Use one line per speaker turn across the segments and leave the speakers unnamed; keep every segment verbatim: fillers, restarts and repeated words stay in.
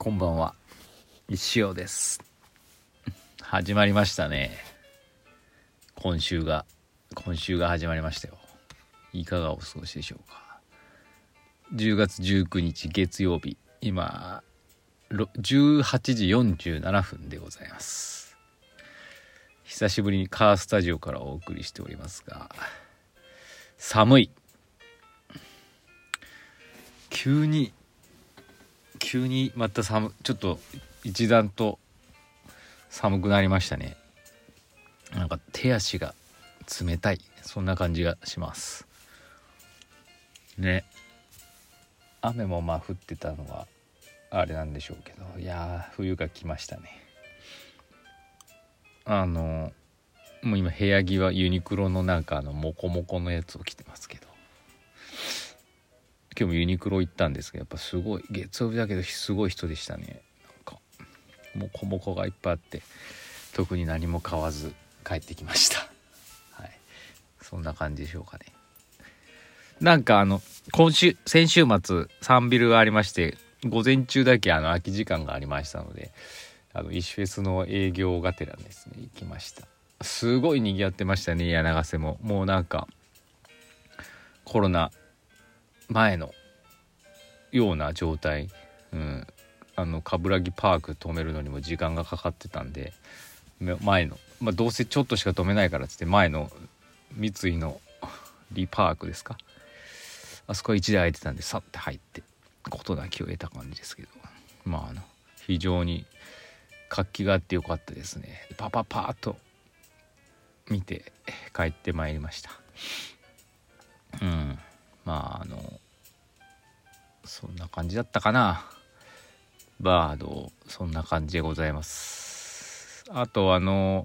こんばんは、石尾です。始まりましたね。今週が今週が始まりましたよ。いかがお過ごしでしょうか。じゅうがつじゅうくにち月曜日、今じゅうはちじよんじゅうななふんでございます。久しぶりにカースタジオからお送りしておりますが、寒い。急に急にまた寒ちょっと一段と寒くなりましたね。なんか手足が冷たい、そんな感じがしますね。雨もまあ降ってたのはあれなんでしょうけど、いやー冬が来ましたね。あのもう今部屋着はユニクロのなんかあのモコモコのやつを着てますけど、今日もユニクロ行ったんですけど、やっぱすごい月曜日だけどすごい人でしたね。なんかモコモコがいっぱいあって、特に何も買わず帰ってきました。はい、そんな感じでしょうかね。なんかあの今週先週末サンビルがありまして、午前中だけあの空き時間がありましたので、あの石フェスの営業がてらですね行きました。すごい賑わってましたね。柳瀬ももうなんかコロナ前のような状態、うん、あの冠城パーク止めるのにも時間がかかってたんで、前の、まあ、どうせちょっとしか止めないからっつって前の三井のリパークですか、あそこはいちだい空いてたんでさって入って事なきを得た感じですけど、まああの非常に活気があってよかったですね。パパパーっと見て帰ってまいりました。うん、まああのそんな感じだったかな。バードそんな感じでございます。あとあの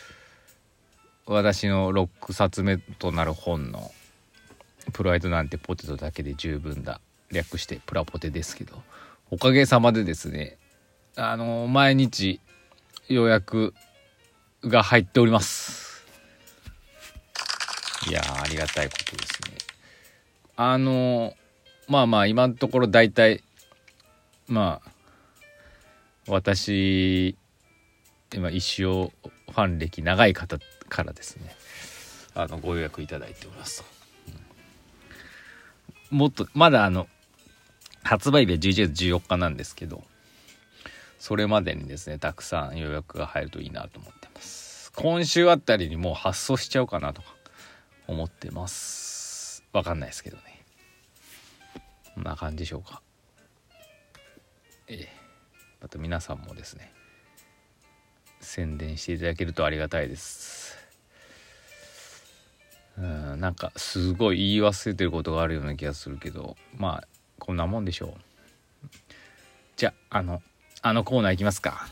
私のろっさつめとなる本のプライドなんてポテトだけで十分だ、略してプラポテですけど、おかげさまでですね、あの毎日予約が入っております。いやーありがたいことですね。あのまあまあ今のところだいたいまあ私今石尾ファン歴長い方からですね、あのご予約いただいておりますと、うん、もっとまだあの発売日はじゅういちがつじゅうよっかなんですけど、それまでにですねたくさん予約が入るといいなと思ってます。今週あたりにもう発送しちゃおうかなとか思ってます。わかんないですけどね、こんな感じでしょうか。ええ、また皆さんもですね宣伝していただけるとありがたいです。うん、なんかすごい言い忘れてることがあるような気がするけど、まあこんなもんでしょう。じゃああのあのコーナー行きますか。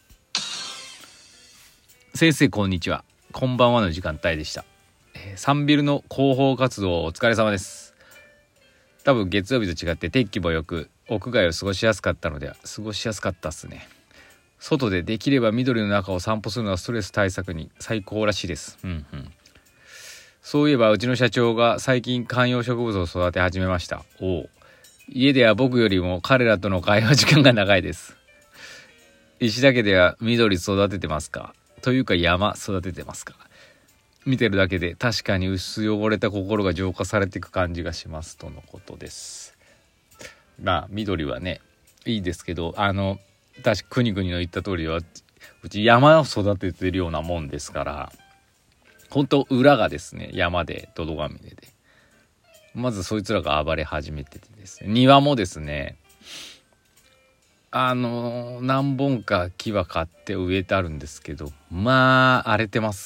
先生こんにちは、こんばんはの時間帯でした。えー、サンビルの広報活動お疲れ様です。多分月曜日と違って天気もよく屋外を過ごしやすかったので過ごしやすかったっすね。外でできれば緑の中を散歩するのはストレス対策に最高らしいです。うんうん。そういえばうちの社長が最近観葉植物を育て始めました。おう。家では僕よりも彼らとの会話時間が長いです。石田家では緑育ててますか？というか山育ててますか？見てるだけで確かに薄汚れた心が浄化されていく感じがしますとのことです。まあ緑はねいいですけど、あの確か国々の言った通りはうち山を育ててるようなもんですから、本当裏がですね山で泥まみれで、まずそいつらが暴れ始めててですね、庭もですねあの何本か木は買って植えてあるんですけど、まあ荒れてます。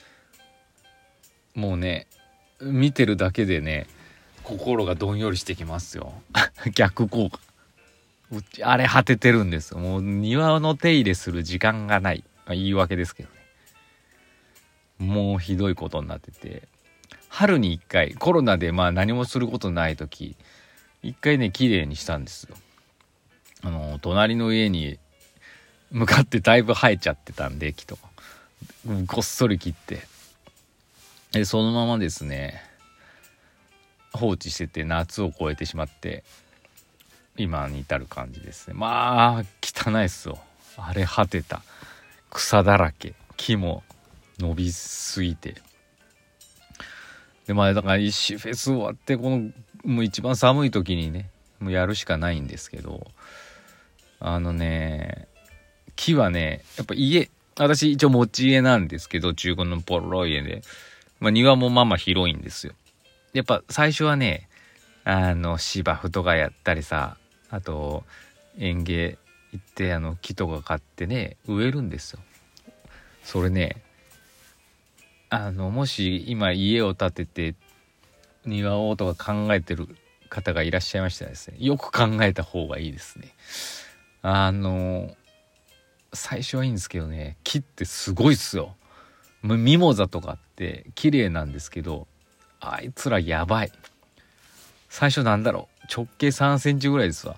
もうね見てるだけでね心がどんよりしてきますよ逆効果。うち荒れ果ててるんですよ。もう庭の手入れする時間がない、言い訳ですけどね。もうひどいことになってて、春に一回コロナでまあ何もすることない時一回ね綺麗にしたんですよ。あの隣の家に向かってだいぶ生えちゃってたんで木とかこっそり切って、でそのままですね放置してて夏を越えてしまって、 今に至る感じですね。まあ汚いっすよ。荒れ果てた草だらけ、木も伸びすぎて、でまあだから石フェス終わってこのもう一番寒い時にねもうやるしかないんですけど、あのね木はねやっぱ家、私一応持ち家なんですけど、中古のポロい家で、まあ、庭もまあまあ広いんですよ。やっぱ最初はねあの芝生とかやったりさ、あと園芸行ってあの木とか買ってね植えるんですよ。それねあのもし今家を建てて庭をとか考えてる方がいらっしゃいましたらですね、よく考えた方がいいですね。あの最初はいいんですけどね、木ってすごいっすよ。ミモザとかって綺麗なんですけど、あいつらやばい。最初なんだろう、直径さんセンチぐらいですわ。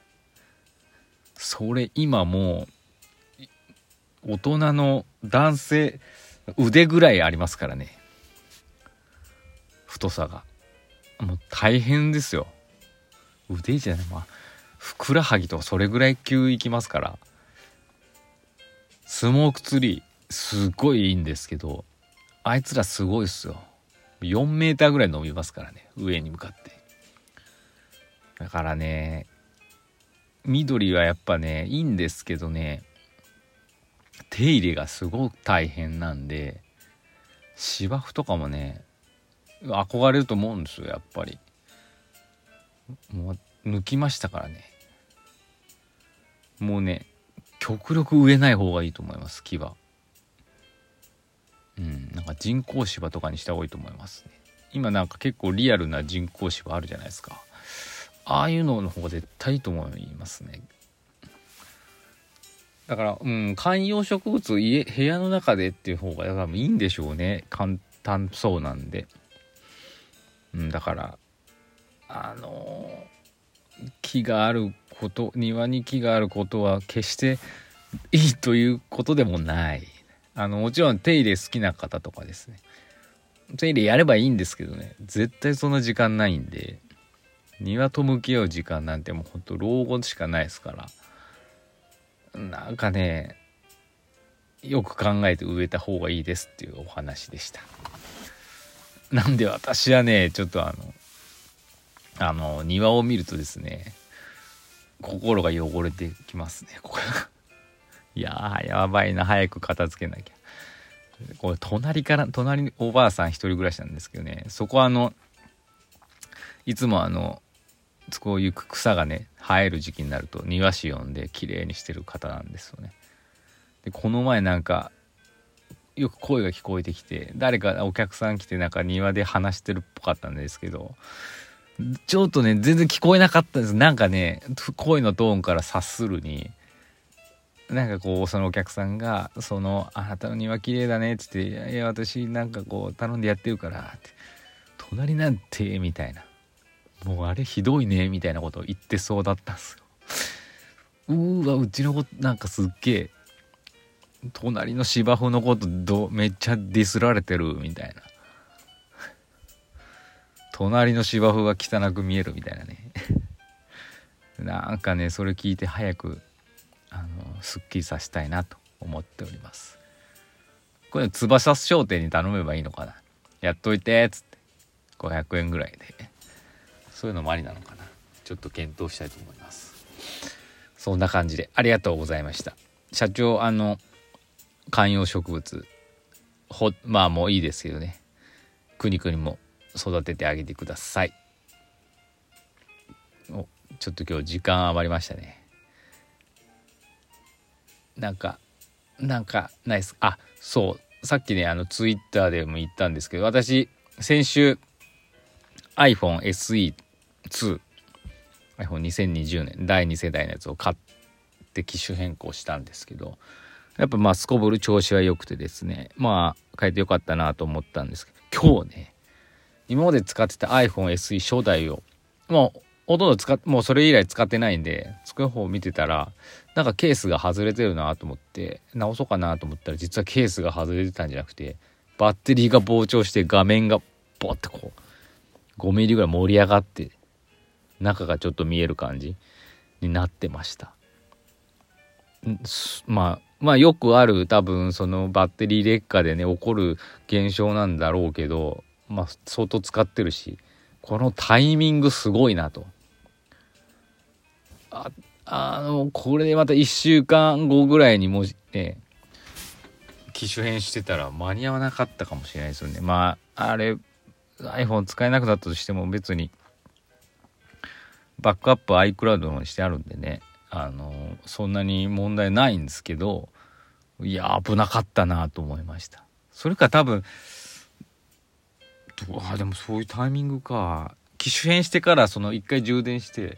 それ今もう大人の男性腕ぐらいありますからね、太さが。もう大変ですよ。腕じゃない、まあふくらはぎとかそれぐらい級いきますから。スモークツリーすごいいいんですけど、あいつらすごいっすよ。よんメーターぐらい伸びますからね、上に向かって。だからね緑はやっぱねいいんですけどね、手入れがすごく大変なんで、芝生とかもね憧れると思うんですよ。やっぱりもう抜きましたからね。もうね極力植えない方がいいと思います、木は。うんなんか人工芝とかにした方がいいと思いますね。今なんか結構リアルな人工芝あるじゃないですか。ああいうのの方が絶対いいと思いますね。だからうん観葉植物家部屋の中でっていう方が多分いいんでしょうね。簡単そうなんで。うん、だからあのー、木があること、庭に木があることは決していいということでもない。あのもちろん手入れ好きな方とかですね、手入れやればいいんですけどね、絶対そんな時間ないんで、庭と向き合う時間なんてもうほんと老後しかないですから、なんかねよく考えて植えた方がいいですっていうお話でした。なんで私はねちょっとあのあの庭を見るとですね心が汚れてきますね。これいやーやばいな、早く片付けなきゃ。これ隣から隣におばあさん一人暮らしなんですけどね、そこはあのいつもあのこういう草がね生える時期になると庭師呼んで綺麗にしてる方なんですよね。でこの前なんかよく声が聞こえてきて、誰かお客さん来てなんか庭で話してるっぽかったんですけど、ちょっとね全然聞こえなかったんです。なんかね声のトーンから察するになんかこうそのお客さんがそのあなたの庭綺麗だねって言って、いやいや私なんかこう頼んでやってるからって、隣なんてみたいな、もうあれひどいねみたいなことを言ってそうだったんですよ。うーわうちの子なんかすっげえ隣の芝生のことどめっちゃディスられてるみたいな、隣の芝生が汚く見えるみたいなねなんかねそれ聞いて早くあのすっきりさせたいなと思っております。これ翼商店に頼めばいいのかな、やっといてっつってごひゃくえんぐらいで、そういうのもありなのかな、ちょっと検討したいと思います。そんな感じでありがとうございました。社長あの観葉植物ほまあもういいですけどね、くにくにも育ててあげてください。おちょっと今日時間余りましたね。なんかなんかナイス。あそうさっきねあのツイッターでも言ったんですけど、私先週 アイフォンエスイーツー アイフォンにせんにじゅうねんだいに世代のやつを買って機種変更したんですけど、やっぱまあすこぶる調子は良くてですね、まあ変えてよかったなと思ったんですけど、今日ね今まで使ってた アイフォンエスイー 初代をもうほとんど使っもうそれ以来使ってないんで、使う方を見てたらなんかケースが外れてるなと思って直そうかなと思ったら、実はケースが外れてたんじゃなくてバッテリーが膨張して画面がボッてこうごミリぐらい盛り上がって中がちょっと見える感じになってました。まあまあよくある多分そのバッテリー劣化でね起こる現象なんだろうけど、まあ相当使ってるし、このタイミングすごいなと。ああのこれでまたいっしゅうかんごぐらいにもうね機種変してたら間に合わなかったかもしれないですよね。まああれ iPhone 使えなくなったとしても別にバックアップ iCloud の方にしてあるんでね、あのそんなに問題ないんですけど、いや危なかったなと思いました。それか多分あでもそういうタイミングか、機種変してからその一回充電して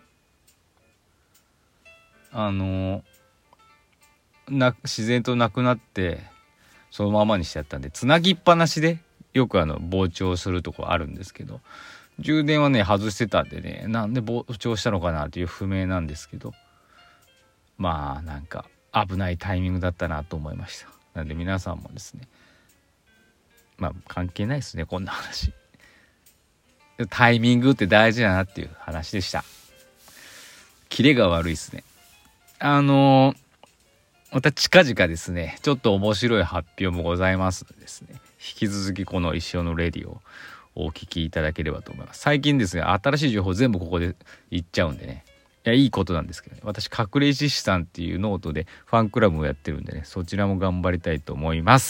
あのな自然となくなってそのままにしちゃったんで、つなぎっぱなしでよくあの膨張するとこあるんですけど、充電はね外してたんでね、なんで膨張したのかなっていう不明なんですけど、まあなんか危ないタイミングだったなと思いました。なんで皆さんもですね、まあ関係ないですねこんな話、タイミングって大事だなっていう話でした。キレが悪いですね。あのー、また近々ですねちょっと面白い発表もございますのでですね、引き続きこの石尾のレディをお聞きいただければと思います。最近ですね新しい情報全部ここで言っちゃうんでね、いやいいことなんですけどね、私隠れ石師さんっていうノートでファンクラブをやってるんでね、そちらも頑張りたいと思います。